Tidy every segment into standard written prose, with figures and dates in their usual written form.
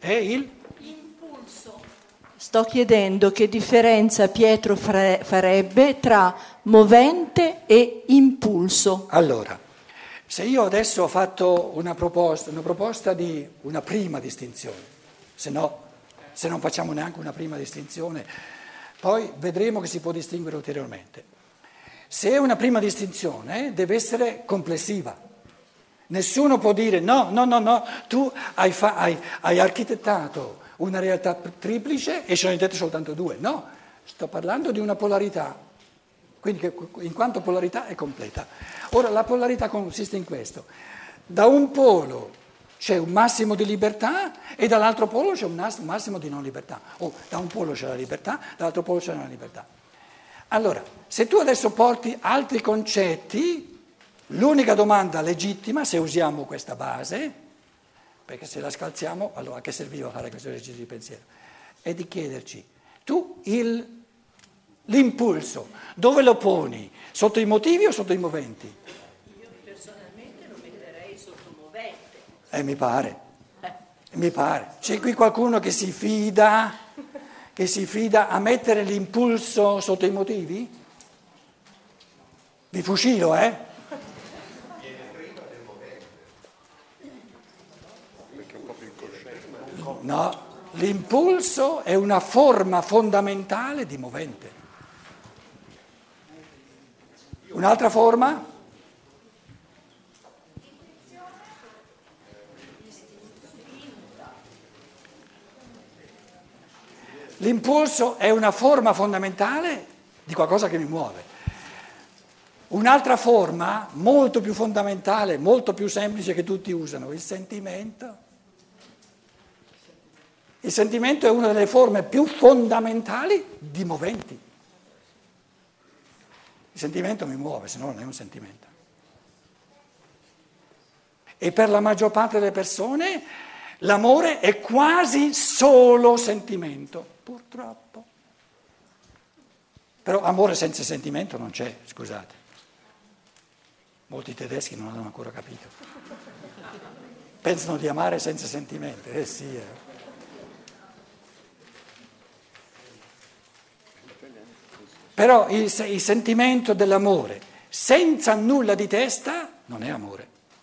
è il impulso. Sto chiedendo che differenza Pietro farebbe tra movente e impulso. Allora, se io adesso ho fatto una proposta di una prima distinzione, se non facciamo neanche una prima distinzione, poi vedremo che si può distinguere ulteriormente. Se è una prima distinzione, deve essere complessiva. Nessuno può dire no, tu hai architettato una realtà triplice e ce ne dette soltanto due. No, sto parlando di una polarità, quindi che in quanto polarità è completa. Ora la polarità consiste in questo: da un polo c'è un massimo di libertà e dall'altro polo c'è un massimo di non libertà. O da un polo c'è la libertà, dall'altro polo c'è la non libertà. Allora, se tu adesso porti altri concetti, l'unica domanda legittima, se usiamo questa base, perché se la scalziamo, allora a che serviva fare questo esercizio di pensiero? È di chiederci, tu l'impulso, dove lo poni? Sotto i motivi o sotto i moventi? Io personalmente lo metterei sotto movente. Mi pare. C'è qui qualcuno che si fida a mettere l'impulso sotto i motivi? Vi fucilo, eh? No, l'impulso è una forma fondamentale di movente. Un'altra forma? L'impulso è una forma fondamentale di qualcosa che mi muove. Un'altra forma, molto più fondamentale, molto più semplice che tutti usano, il sentimento. Il sentimento è una delle forme più fondamentali di moventi. Il sentimento mi muove, se no non è un sentimento. E per la maggior parte delle persone l'amore è quasi solo sentimento, purtroppo. Però amore senza sentimento non c'è, scusate. Molti tedeschi non hanno ancora capito. Pensano di amare senza sentimento, sì. Però il sentimento dell'amore senza nulla di testa non è amore.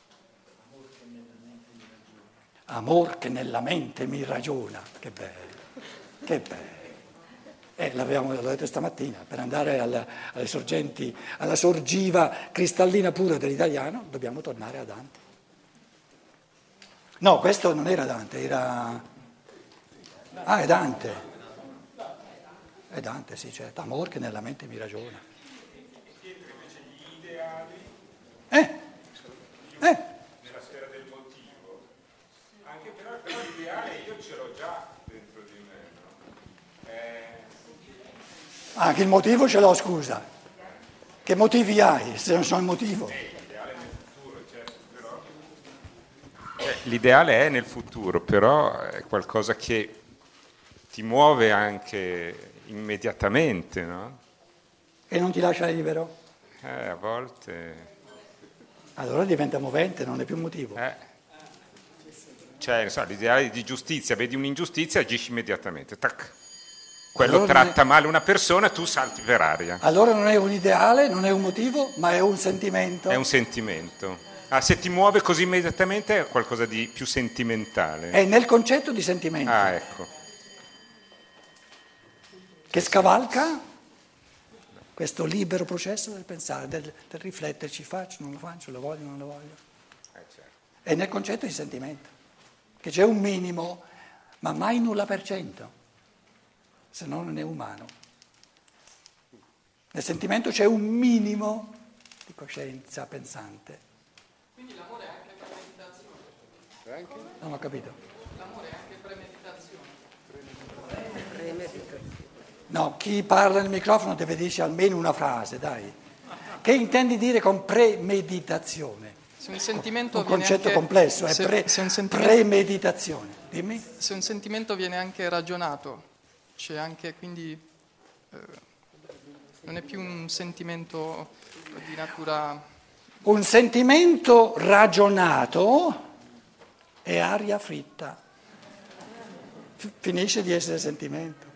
Amor che nella mente mi ragiona, che bello, che bello. L'avevamo detto stamattina, per andare alle sorgenti, alla sorgiva cristallina pura dell'italiano, dobbiamo tornare a Dante. No, questo non era Dante, era... Ah, è Dante. È Dante, sì, certo, amor che nella mente mi ragiona. Pietro invece gli ideali, nella sfera del motivo, anche però l'ideale io ce l'ho già dentro di me, no? Anche il motivo ce l'ho, scusa. Che motivi hai se non sono il motivo? L'ideale è nel futuro, certo, però... l'ideale è nel futuro, però è qualcosa che ti muove anche immediatamente, no? E non ti lascia libero? A volte... Allora diventa movente, non è più motivo. Cioè, non so, l'ideale di giustizia, vedi un'ingiustizia, agisci immediatamente. Tac. Quello Allora tratta male una persona, tu salti per aria. Allora non è un ideale, non è un motivo, ma è un sentimento. È un sentimento. Se ti muove così immediatamente è qualcosa di più sentimentale. È nel concetto di sentimento. Ecco. Che scavalca questo libero processo del pensare, del rifletterci, faccio, non lo faccio, lo voglio, non lo voglio. Certo. È nel concetto di sentimento, che c'è un minimo, ma mai nulla per cento, se no non è umano. Nel sentimento c'è un minimo di coscienza pensante. Quindi l'amore è anche premeditazione. Non ho capito. L'amore è anche premeditazione. No, chi parla nel microfono deve dirci almeno una frase, dai. Che intendi dire con premeditazione? Se un sentimento Un viene concetto anche, complesso, se un sentimento, premeditazione. Dimmi. Se un sentimento viene anche ragionato, c'è anche quindi non è più un sentimento di natura... Un sentimento ragionato è aria fritta. finisce di essere sentimento.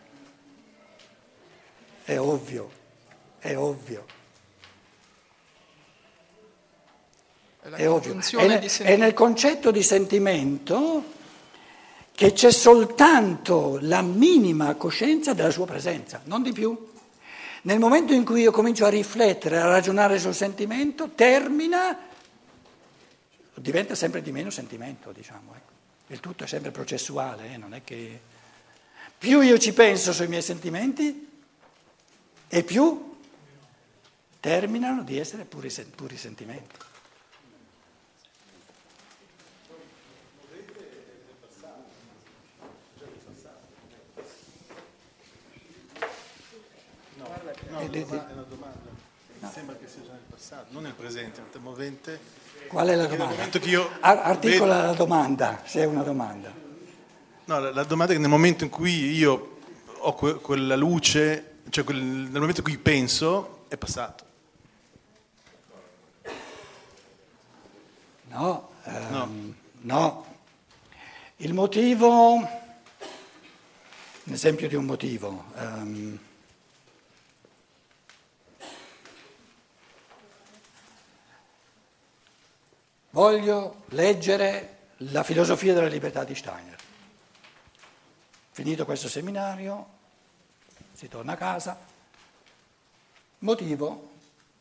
È ovvio, è ovvio. È ovvio. È nel concetto di sentimento che c'è soltanto la minima coscienza della sua presenza, non di più. Nel momento in cui io comincio a riflettere, a ragionare sul sentimento, diventa sempre di meno sentimento, diciamo. Ecco. Il tutto è sempre processuale, non è che più io ci penso sui miei sentimenti e più terminano di essere puri sentimenti. No, è una domanda. Mi sembra che sia già nel passato, non nel presente, nel movente. Qual è la domanda? Articola la domanda, se è una domanda. No, la domanda è che nel momento in cui io ho quella luce, cioè nel momento in cui penso, è passato. No. Il motivo, un esempio di un motivo. Voglio leggere la filosofia della libertà di Steiner. Finito questo seminario, si torna a casa. Motivo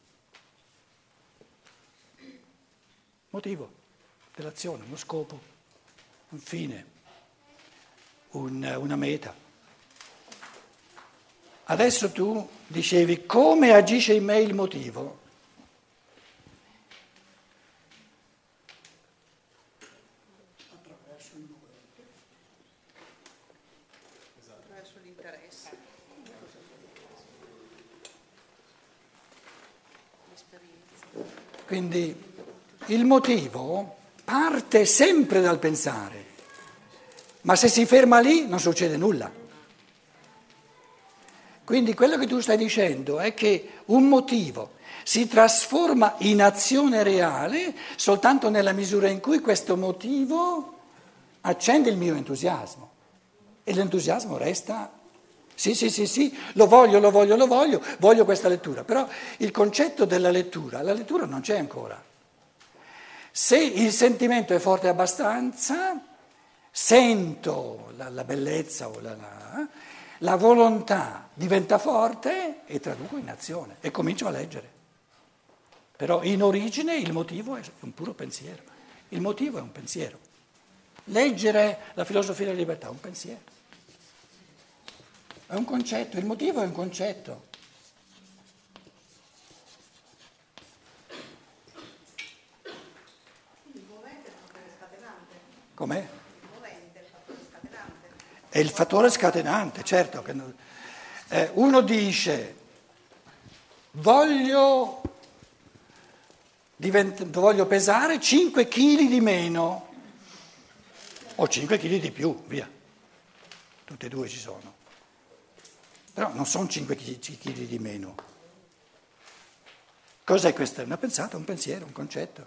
dell'azione, uno scopo, un fine, una meta. Adesso tu dicevi come agisce in me il motivo. Quindi il motivo parte sempre dal pensare, ma se si ferma lì non succede nulla. Quindi quello che tu stai dicendo è che un motivo si trasforma in azione reale soltanto nella misura in cui questo motivo accende il mio entusiasmo e l'entusiasmo resta. Sì, lo voglio questa lettura, però il concetto della lettura, la lettura non c'è ancora. Se il sentimento è forte abbastanza, sento la bellezza o la volontà diventa forte e traduco in azione e comincio a leggere. Però in origine il motivo è un puro pensiero, il motivo è un pensiero. Leggere la filosofia della libertà è un pensiero. È un concetto, il motivo è un concetto. Il movente è il fattore scatenante. Com'è? Il movente è il fattore scatenante. È il fattore scatenante, certo. Uno dice, voglio pesare 5 kg di meno o 5 kg di più, via. Tutte e due ci sono. Però non sono 5 kg di meno. Cos'è questo? Una pensata, un pensiero, un concetto.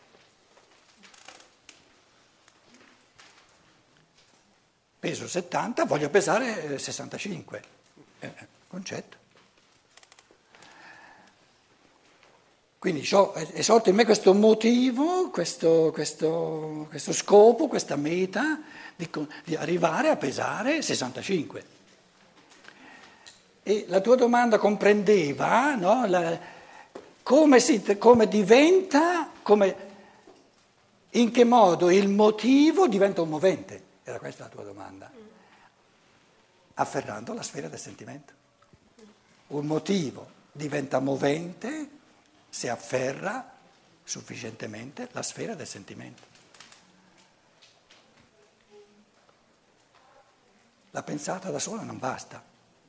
Peso 70, voglio pesare 65. Concetto. Quindi è sorto in me questo motivo, questo scopo, questa meta di arrivare a pesare 65. E la tua domanda comprendeva, no, come diventa, in che modo il motivo diventa un movente. Era questa la tua domanda. Afferrando la sfera del sentimento. Un motivo diventa movente se afferra sufficientemente la sfera del sentimento. La pensata da sola non basta.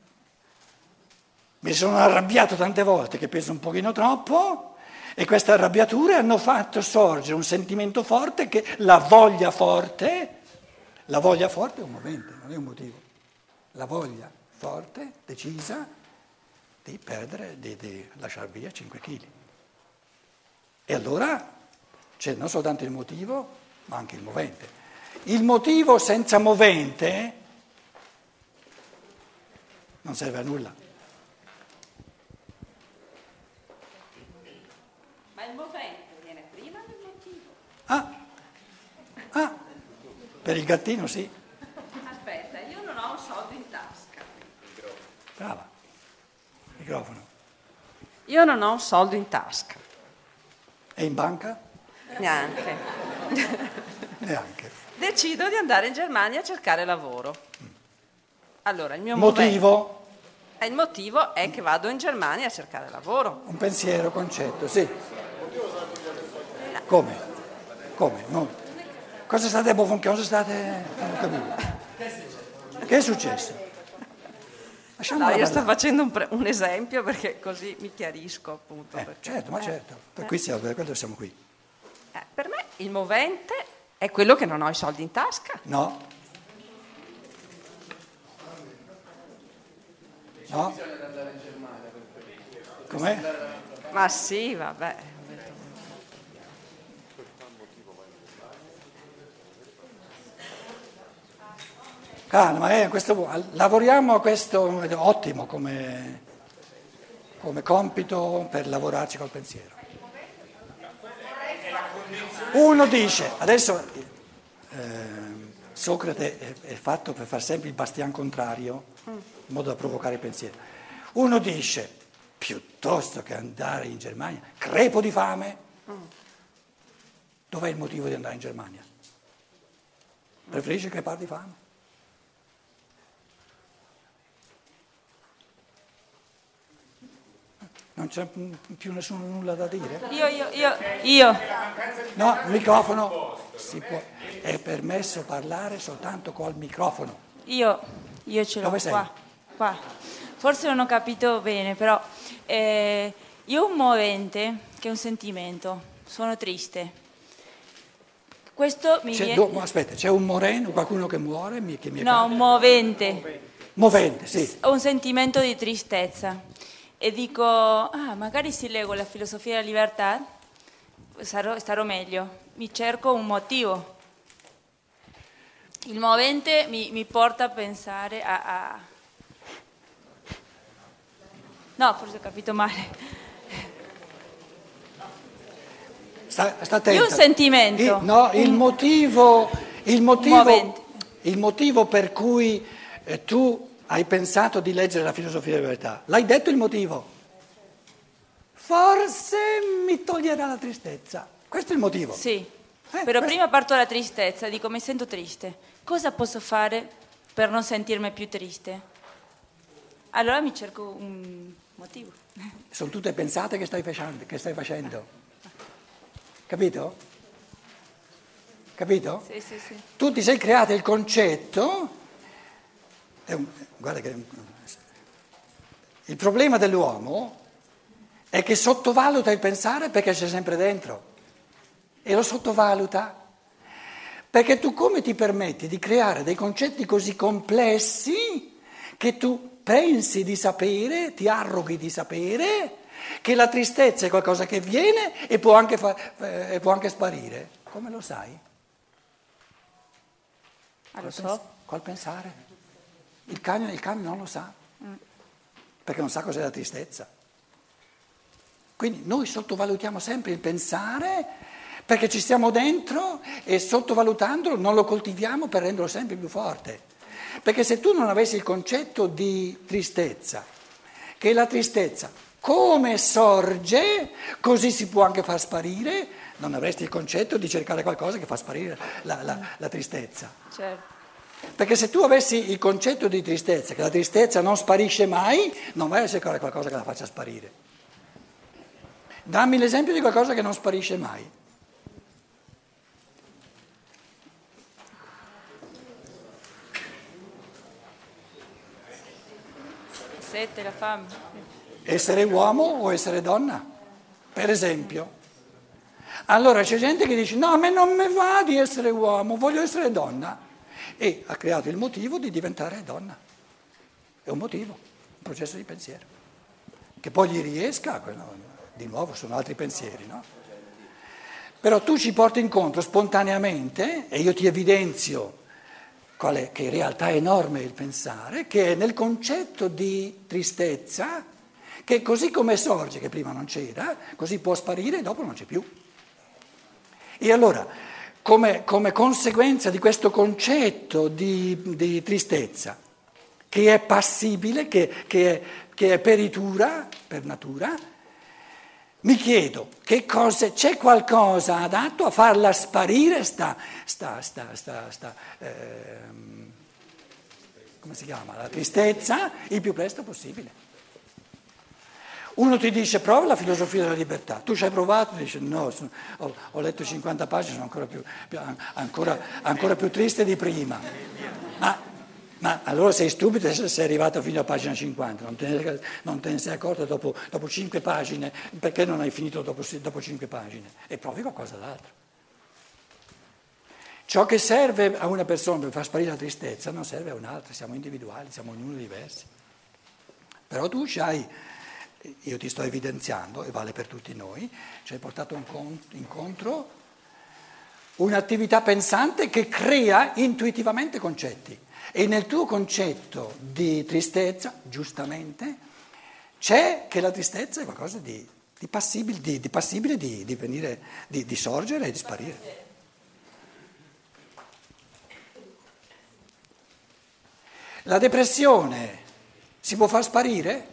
Mi sono arrabbiato tante volte che peso un pochino troppo e queste arrabbiature hanno fatto sorgere un sentimento forte che la voglia forte è un movente, non è un motivo. La voglia forte, decisa, di perdere, di lasciar via 5 kg. E allora c'è non soltanto il motivo, ma anche il movente. Il motivo senza movente non serve a nulla. Ma il movente viene prima del motivo. Ah, per il gattino sì, Aspetta, io non ho un soldo in tasca. brava, microfono. Io non ho un soldo in tasca. E in banca? Neanche. Neanche. Decido di andare in Germania a cercare lavoro. Allora, il mio Motivo? il motivo è che vado in Germania a cercare lavoro. Un pensiero, concetto, sì. Come? Come? Cosa state bofonchiando? Cosa state... Non ho capito. Che è successo? No, io sto parlare. facendo un esempio perché così mi chiarisco appunto. Perché, Certo, ma certo. Per quello siamo qui. per me il movente è quello che non ho i soldi in tasca. No? No? Com'è? Ma sì, vabbè. Calma, lavoriamo a questo, ottimo come compito per lavorarci col pensiero. Uno dice, adesso Socrate è fatto per far sempre il bastian contrario, in modo da provocare il pensiero. Uno dice, piuttosto che andare in Germania, crepo di fame. Dov'è il motivo di andare in Germania? Preferisce crepare di fame? Non c'è più nessuno nulla da dire? Io. No, microfono, si può, è permesso parlare soltanto col microfono. Io ce l'ho Dove sei? qua. Forse non ho capito bene, però io ho un movente che è un sentimento, sono triste. Questo mi viene... Aspetta, c'è un moreno, qualcuno che muore? No, un movente. Movente, sì. Ho un sentimento di tristezza e dico, magari se leggo la filosofia della libertà starò meglio, mi cerco un motivo. Il movente mi porta a pensare a... No, forse ho capito male. Sta attento. Io ho un sentimento. Il motivo movente. il motivo per cui tu hai pensato di leggere la filosofia della libertà, l'hai detto il motivo? Forse mi toglierà la tristezza. Questo è il motivo. Sì, però questo- prima parto dalla tristezza, dico mi sento triste. Cosa posso fare per non sentirmi più triste? Allora mi cerco un motivo. Sono tutte pensate che stai facendo. Capito? Capito? Sì. Tu ti sei creato il concetto, guarda che il problema dell'uomo è che sottovaluta il pensare perché c'è sempre dentro e lo sottovaluta. Perché tu come ti permetti di creare dei concetti così complessi che tu pensi di sapere, ti arroghi di sapere, che la tristezza è qualcosa che viene e può anche sparire. Come lo sai? Lo so. Col pensare. Il cane non lo sa, perché non sa cos'è la tristezza. Quindi noi sottovalutiamo sempre il pensare perché ci stiamo dentro e sottovalutandolo non lo coltiviamo per renderlo sempre più forte. Perché se tu non avessi il concetto di tristezza, che la tristezza come sorge, così si può anche far sparire, non avresti il concetto di cercare qualcosa che fa sparire la tristezza. Certo. Perché se tu avessi il concetto di tristezza, che la tristezza non sparisce mai, non vai a cercare qualcosa che la faccia sparire. Dammi l'esempio di qualcosa che non sparisce mai. Sette, la fame. Essere uomo o essere donna, per esempio. Allora c'è gente che dice no, a me non mi va di essere uomo, voglio essere donna. E ha creato il motivo di diventare donna. È un motivo, un processo di pensiero. Che poi gli riesca, di nuovo sono altri pensieri, no? Però tu ci porti incontro spontaneamente, e io ti evidenzio che in realtà è enorme il pensare, che è nel concetto di tristezza, che così come sorge, che prima non c'era, così può sparire e dopo non c'è più. E allora, come conseguenza di questo concetto di tristezza, che è passibile, che è peritura, per natura, mi chiedo c'è qualcosa adatto a farla sparire come si chiama? La tristezza il più presto possibile. Uno ti dice prova la filosofia della libertà, tu ci hai provato, dici no, ho letto 50 pagine, sono ancora più triste di prima. Ma allora sei stupido se sei arrivato fino a pagina 50, non te ne sei accorto dopo 5 pagine, perché non hai finito dopo 5 pagine? E provi qualcosa d'altro. Ciò che serve a una persona per far sparire la tristezza non serve a un'altra, siamo individuali, siamo ognuno diversi. Però tu io ti sto evidenziando, e vale per tutti noi, ci hai portato incontro un'attività pensante che crea intuitivamente concetti. E nel tuo concetto di tristezza, giustamente, c'è che la tristezza è qualcosa di passibile, di venire, di sorgere e di sparire. La depressione si può far sparire?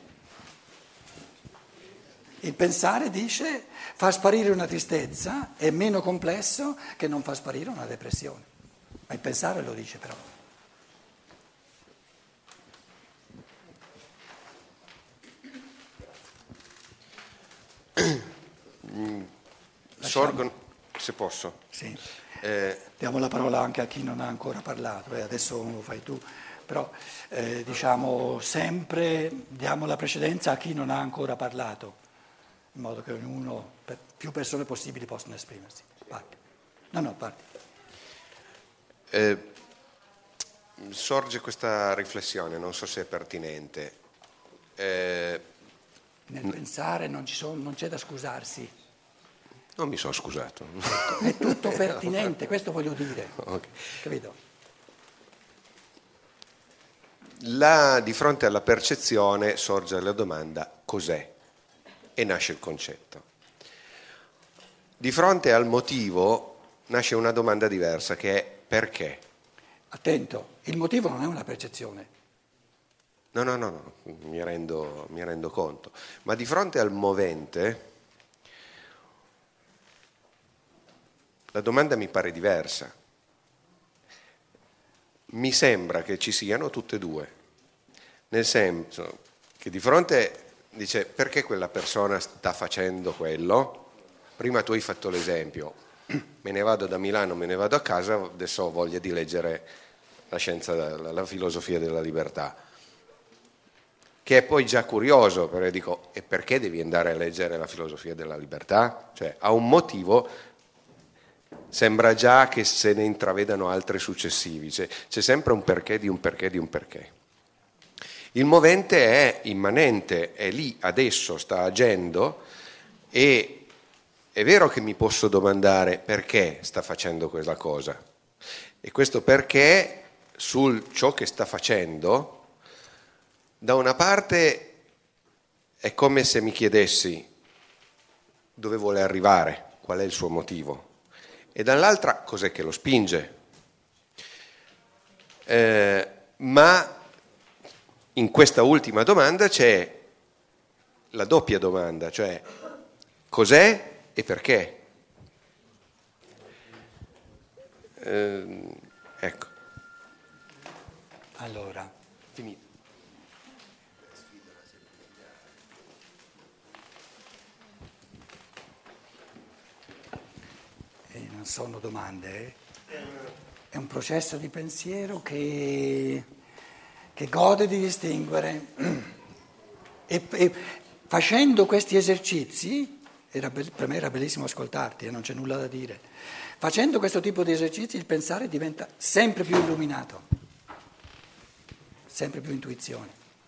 Il pensare dice far sparire una tristezza è meno complesso che non far sparire una depressione. Ma il pensare lo dice però. Sorgono, se posso. Sì. Diamo la parola anche a chi non ha ancora parlato, adesso lo fai tu, però diciamo sempre diamo la precedenza a chi non ha ancora parlato, in modo che più persone possibili possano esprimersi. Parti. Parti. Sorge questa riflessione, non so se è pertinente. Nel pensare non c'è da scusarsi. Non mi sono scusato. È tutto pertinente, questo voglio dire. Okay. Capito? Di fronte alla percezione sorge la domanda cos'è? E nasce il concetto. Di fronte al motivo nasce una domanda diversa che è perché? Attento, il motivo non è una percezione. No, mi rendo conto. Ma di fronte al movente la domanda mi pare diversa. Mi sembra che ci siano tutte e due, nel senso che di fronte dice perché quella persona sta facendo quello? Prima tu hai fatto l'esempio, me ne vado da Milano, me ne vado a casa, adesso ho voglia di leggere la scienza, la filosofia della libertà, che è poi già curioso, perché dico, e perché devi andare a leggere la filosofia della libertà? Cioè, ha un motivo. Sembra già che se ne intravedano altri successivi, c'è sempre un perché di un perché di un perché. Il movente è immanente, è lì, adesso, sta agendo e è vero che mi posso domandare perché sta facendo quella cosa. E questo perché sul ciò che sta facendo, da una parte è come se mi chiedessi dove vuole arrivare, qual è il suo motivo. E dall'altra cos'è che lo spinge? Ma in questa ultima domanda c'è la doppia domanda, cioè cos'è e perché? Ecco. Allora, Finito. non sono domande, è un processo di pensiero che gode di distinguere e facendo questi esercizi, per me era bellissimo ascoltarti, non c'è nulla da dire, facendo questo tipo di esercizi il pensare diventa sempre più illuminato, sempre più intuizione.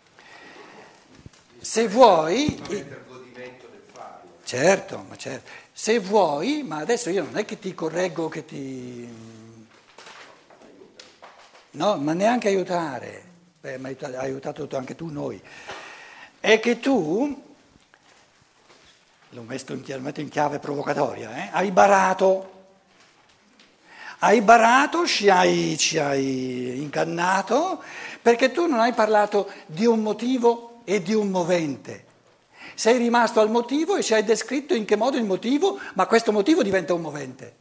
Se vuoi... Certo, se vuoi, ma adesso io non è che ti correggo, No, ma neanche aiutare. Beh, ma hai aiutato anche tu noi. È che tu, l'ho messo in chiave provocatoria, hai barato. Hai barato, ci hai ingannato, perché tu non hai parlato di un motivo e di un movente. Sei rimasto al motivo e ci hai descritto in che modo il motivo, ma questo motivo diventa un movente.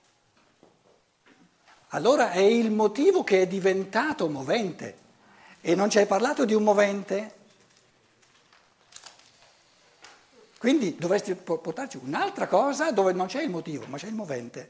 Allora è il motivo che è diventato movente e non ci hai parlato di un movente. Quindi dovresti portarci un'altra cosa dove non c'è il motivo, ma c'è il movente.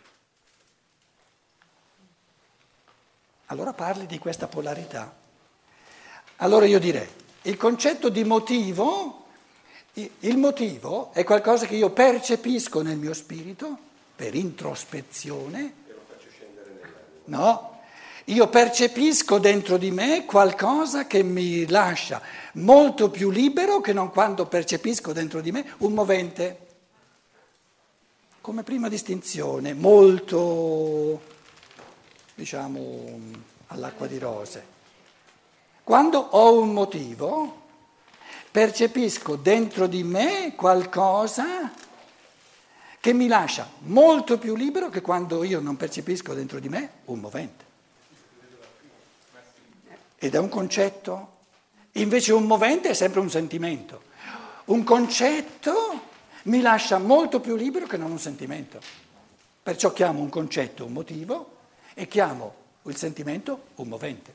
Allora parli di questa polarità. Allora io direi, il concetto di motivo, il motivo è qualcosa che io percepisco nel mio spirito per introspezione. No, io percepisco dentro di me qualcosa che mi lascia molto più libero che non quando percepisco dentro di me un movente. Come prima distinzione, molto, diciamo, all'acqua di rose. Quando ho un motivo, percepisco dentro di me qualcosa che mi lascia molto più libero che quando io non percepisco dentro di me un movente. Ed è un concetto. Invece un movente è sempre un sentimento. Un concetto mi lascia molto più libero che non un sentimento. Perciò chiamo un concetto un motivo e chiamo il sentimento un movente.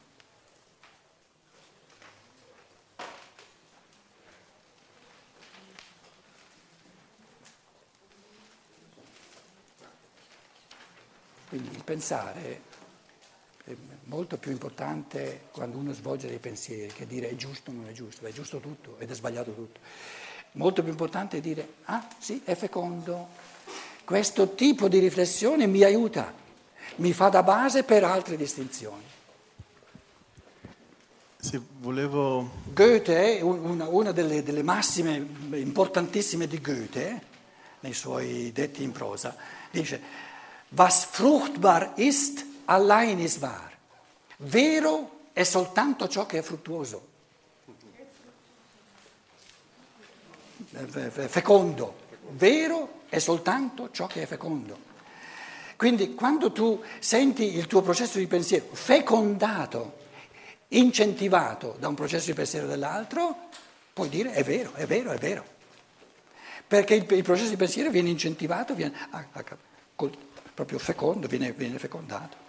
Quindi il pensare è molto più importante quando uno svolge dei pensieri che dire è giusto o non è giusto tutto ed è sbagliato tutto. Molto più importante è dire, ah sì, è fecondo. Questo tipo di riflessione mi aiuta, mi fa da base per altre distinzioni. Sì, volevo... Goethe, una delle massime importantissime di Goethe, nei suoi detti in prosa, dice was fruchtbar ist, allein ist wahr. Vero è soltanto ciò che è fruttuoso. Fecondo. Vero è soltanto ciò che è fecondo. Quindi quando tu senti il tuo processo di pensiero fecondato, incentivato da un processo di pensiero dell'altro, puoi dire è vero, è vero, è vero. Perché il processo di pensiero viene incentivato, viene proprio fecondo, viene fecondato.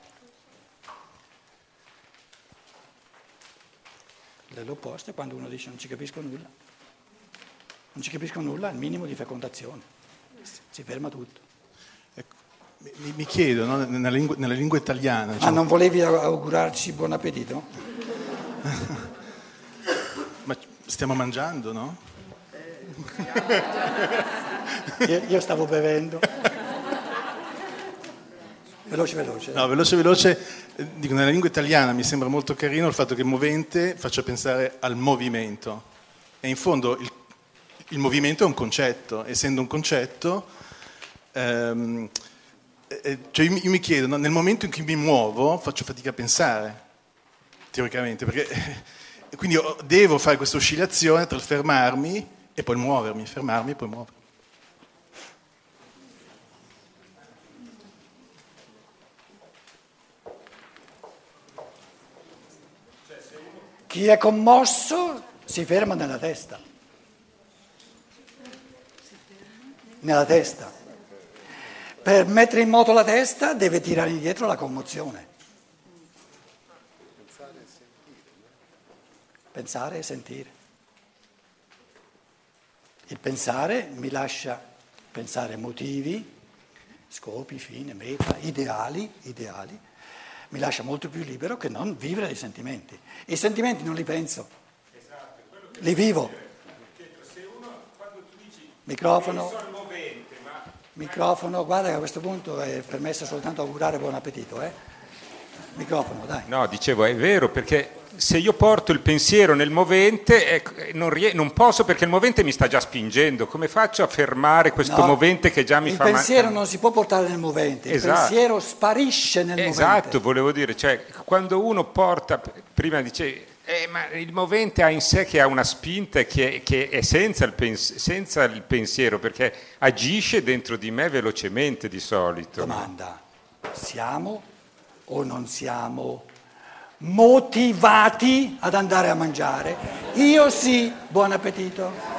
L'opposto è quando uno dice non ci capisco nulla. Non ci capisco nulla, è il minimo di fecondazione. Si ferma tutto. Ecco, mi chiedo, no, nella lingua italiana... Ma non volevi augurarci buon appetito? Ma stiamo mangiando, no? Io stavo bevendo. Veloce. No, veloce. Dico, nella lingua italiana mi sembra molto carino il fatto che movente faccia pensare al movimento. E in fondo il movimento è un concetto. Essendo un concetto, cioè io mi chiedo, no, nel momento in cui mi muovo faccio fatica a pensare, teoricamente, perché quindi devo fare questa oscillazione tra il fermarmi e poi muovermi, fermarmi e poi muovermi. Chi è commosso si ferma nella testa. Nella testa. Per mettere in moto la testa deve tirare indietro la commozione. Pensare e sentire. Il pensare mi lascia pensare motivi, scopi, fine, meta, ideali, mi lascia molto più libero che non vivere dei sentimenti. I sentimenti non li penso, li vivo. Se uno, quando tu dici Microfono, penso al movente, microfono, guarda che a questo punto è permesso soltanto augurare buon appetito, Microfono, dai. No, dicevo, è vero, perché se io porto il pensiero nel movente, non posso perché il movente mi sta già spingendo. Come faccio a fermare questo movente che già mi fa male? Il pensiero non si può portare nel movente, il pensiero sparisce nel movente. Esatto, volevo dire, cioè quando uno porta, prima dicevi, ma il movente ha in sé che ha una spinta che è senza il pensiero, perché agisce dentro di me velocemente di solito. Domanda, siamo o non siamo motivati ad andare a mangiare? Io sì, buon appetito.